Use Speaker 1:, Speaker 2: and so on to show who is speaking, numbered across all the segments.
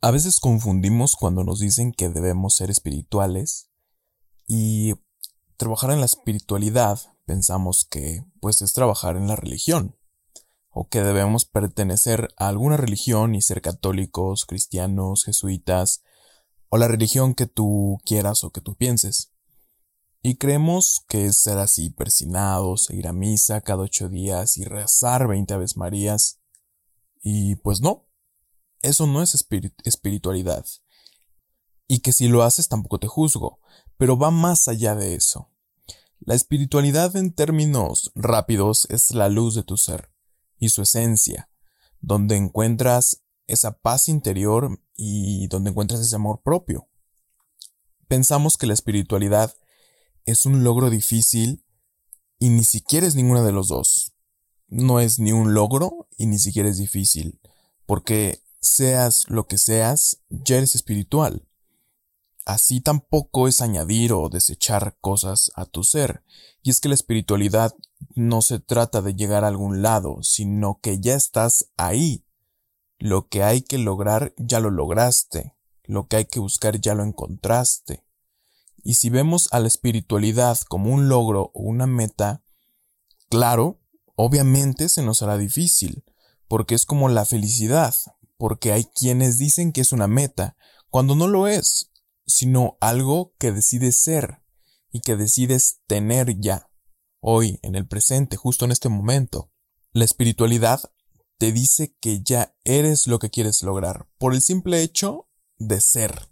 Speaker 1: A veces confundimos cuando nos dicen que debemos ser espirituales y trabajar en la espiritualidad pensamos que pues es trabajar en la religión o que debemos pertenecer a alguna religión y ser católicos, cristianos, jesuitas o la religión que tú quieras o que tú pienses. Y creemos que es ser así persinados, e ir a misa cada 8 días y rezar 20 Aves Marías. Y pues no, eso no es espiritualidad. Y que si lo haces tampoco te juzgo, pero va más allá de eso. La espiritualidad en términos rápidos es la luz de tu ser y su esencia, donde encuentras esa paz interior y donde encuentras ese amor propio. Pensamos que la espiritualidad es un logro difícil y ni siquiera es ninguna de los dos. No es ni un logro y ni siquiera es difícil, porque seas lo que seas, ya eres espiritual. Así tampoco es añadir o desechar cosas a tu ser. Y es que la espiritualidad no se trata de llegar a algún lado, sino que ya estás ahí. Lo que hay que lograr ya lo lograste. Lo que hay que buscar ya lo encontraste. Y si vemos a la espiritualidad como un logro o una meta, claro, obviamente se nos hará difícil, porque es como la felicidad, porque hay quienes dicen que es una meta, cuando no lo es, sino algo que decides ser y que decides tener ya, hoy, en el presente, justo en este momento. La espiritualidad te dice que ya eres lo que quieres lograr, por el simple hecho de ser.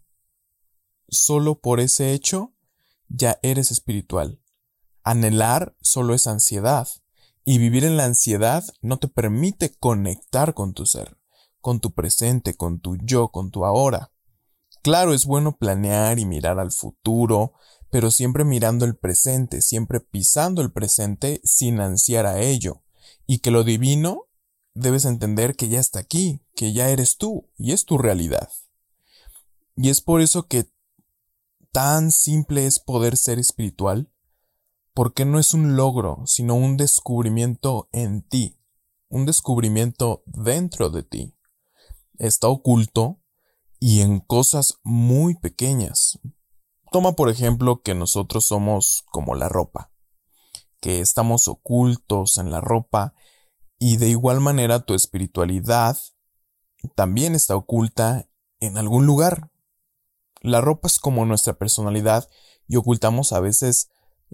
Speaker 1: Solo por ese hecho, ya eres espiritual. Anhelar solo es ansiedad, y vivir en la ansiedad no te permite conectar con tu ser, con tu presente, con tu yo, con tu ahora. Claro, es bueno planear y mirar al futuro, pero siempre mirando el presente, siempre pisando el presente sin ansiar a ello, y que lo divino debes entender que ya está aquí, que ya eres tú, y es tu realidad. Y es por eso que tan simple es poder ser espiritual, porque no es un logro, sino un descubrimiento en ti, un descubrimiento dentro de ti. Está oculto y en cosas muy pequeñas. Toma por ejemplo que nosotros somos como la ropa, que estamos ocultos en la ropa y de igual manera tu espiritualidad también está oculta en algún lugar. La ropa es como nuestra personalidad y ocultamos a veces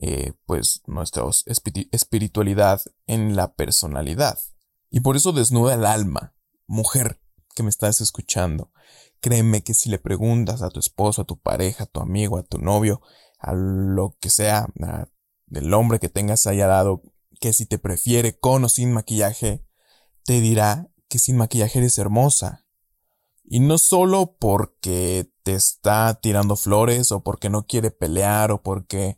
Speaker 1: pues nuestra espiritualidad en la personalidad. Y por eso desnuda el alma, mujer que me estás escuchando. Créeme que si le preguntas a tu esposo, a tu pareja, a tu amigo, a tu novio, a lo que sea, del hombre que tengas ahí al lado, que si te prefiere con o sin maquillaje, te dirá que sin maquillaje eres hermosa. Y no solo porque te está tirando flores o porque no quiere pelear o porque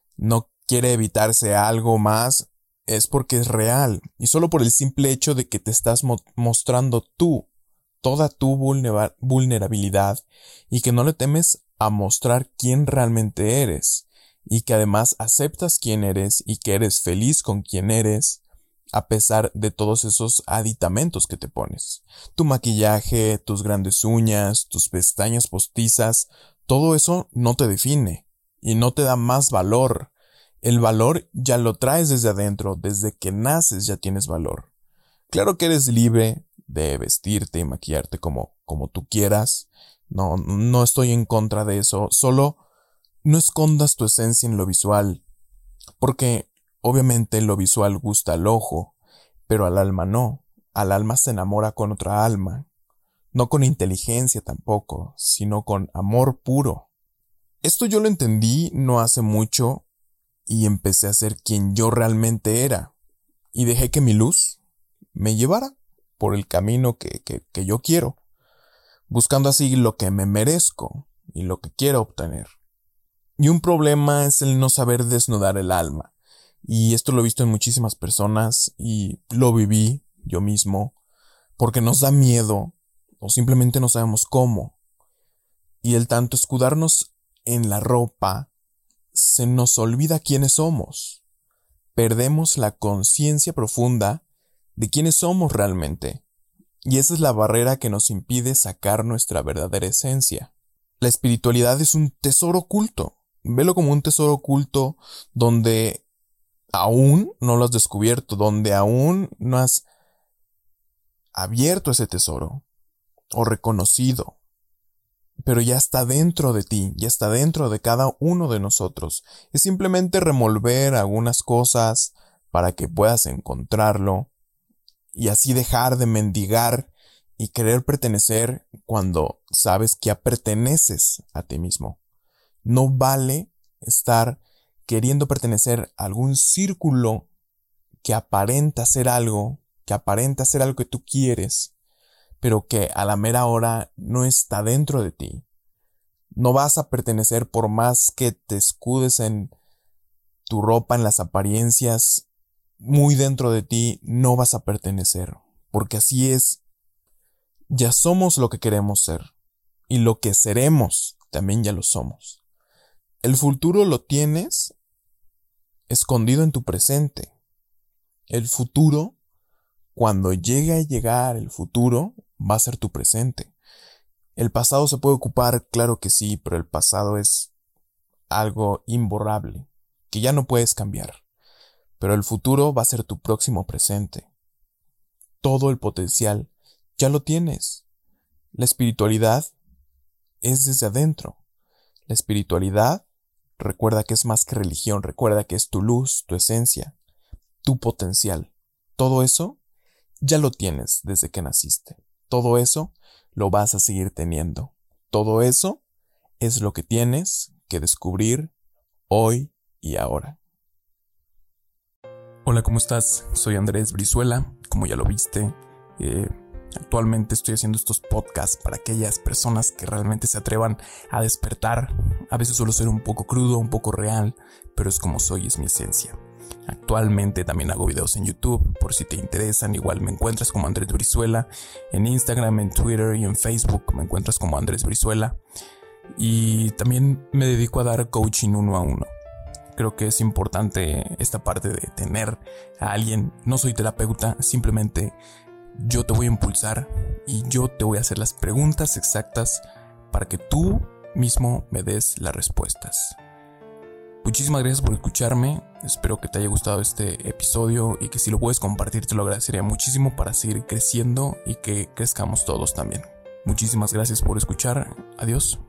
Speaker 1: no quiere evitarse algo más, es porque es real. Y solo por el simple hecho de que te estás mostrando tú, toda tu vulnerabilidad y que no le temes a mostrar quién realmente eres y que además aceptas quién eres y que eres feliz con quién eres a pesar de todos esos aditamentos que te pones. Tu maquillaje, tus grandes uñas, tus pestañas postizas, todo eso no te define y no te da más valor. El valor ya lo traes desde adentro, desde que naces ya tienes valor. Claro que eres libre de vestirte y maquillarte como tú quieras. No estoy en contra de eso. Solo no escondas tu esencia en lo visual, porque obviamente lo visual gusta al ojo, pero al alma no. Al alma se enamora con otra alma. No con inteligencia tampoco, sino con amor puro. Esto yo lo entendí no hace mucho y empecé a ser quien yo realmente era. Y dejé que mi luz me llevara por el camino que yo quiero, buscando así lo que me merezco y lo que quiero obtener. Y un problema es el no saber desnudar el alma. Y esto lo he visto en muchísimas personas y lo viví yo mismo, porque nos da miedo o simplemente no sabemos cómo. Y el tanto escudarnos en la ropa, se nos olvida quiénes somos. Perdemos la conciencia profunda de quiénes somos realmente. Y esa es la barrera que nos impide sacar nuestra verdadera esencia. La espiritualidad es un tesoro oculto. Velo como un tesoro oculto donde aún no lo has descubierto, donde aún no has abierto ese tesoro o reconocido, pero ya está dentro de ti, ya está dentro de cada uno de nosotros. Es simplemente revolver algunas cosas para que puedas encontrarlo y así dejar de mendigar y querer pertenecer cuando sabes que ya perteneces a ti mismo. No vale estar queriendo pertenecer a algún círculo que aparenta ser algo que tú quieres, pero que a la mera hora no está dentro de ti. No vas a pertenecer por más que te escudes en tu ropa, en las apariencias, muy dentro de ti, no vas a pertenecer, porque así es. Ya somos lo que queremos ser, y lo que seremos también ya lo somos. El futuro lo tienes escondido en tu presente. El futuro, cuando llegue a llegar el futuro, va a ser tu presente. El pasado se puede ocupar, claro que sí, pero el pasado es algo imborrable, que ya no puedes cambiar. Pero el futuro va a ser tu próximo presente. Todo el potencial ya lo tienes. La espiritualidad es desde adentro. La espiritualidad, recuerda que es más que religión, recuerda que es tu luz, tu esencia, tu potencial. Todo eso ya lo tienes desde que naciste. Todo eso lo vas a seguir teniendo. Todo eso es lo que tienes que descubrir hoy y ahora. Hola, ¿cómo estás? Soy Andrés Brizuela, como ya lo viste. Actualmente estoy haciendo estos podcasts para aquellas personas que realmente se atrevan a despertar. A veces suelo ser un poco crudo, un poco real, pero es como soy, es mi esencia. Actualmente también hago videos en YouTube, por si te interesan. Igual me encuentras como Andrés Brizuela. En Instagram, en Twitter y en Facebook me encuentras como Andrés Brizuela. Y también me dedico a dar coaching 1-a-1. Creo que es importante esta parte de tener a alguien. No soy terapeuta, simplemente yo te voy a impulsar y yo te voy a hacer las preguntas exactas para que tú mismo me des las respuestas. Muchísimas gracias por escucharme. Espero que te haya gustado este episodio y que si lo puedes compartir te lo agradecería muchísimo para seguir creciendo y que crezcamos todos también. Muchísimas gracias por escuchar. Adiós.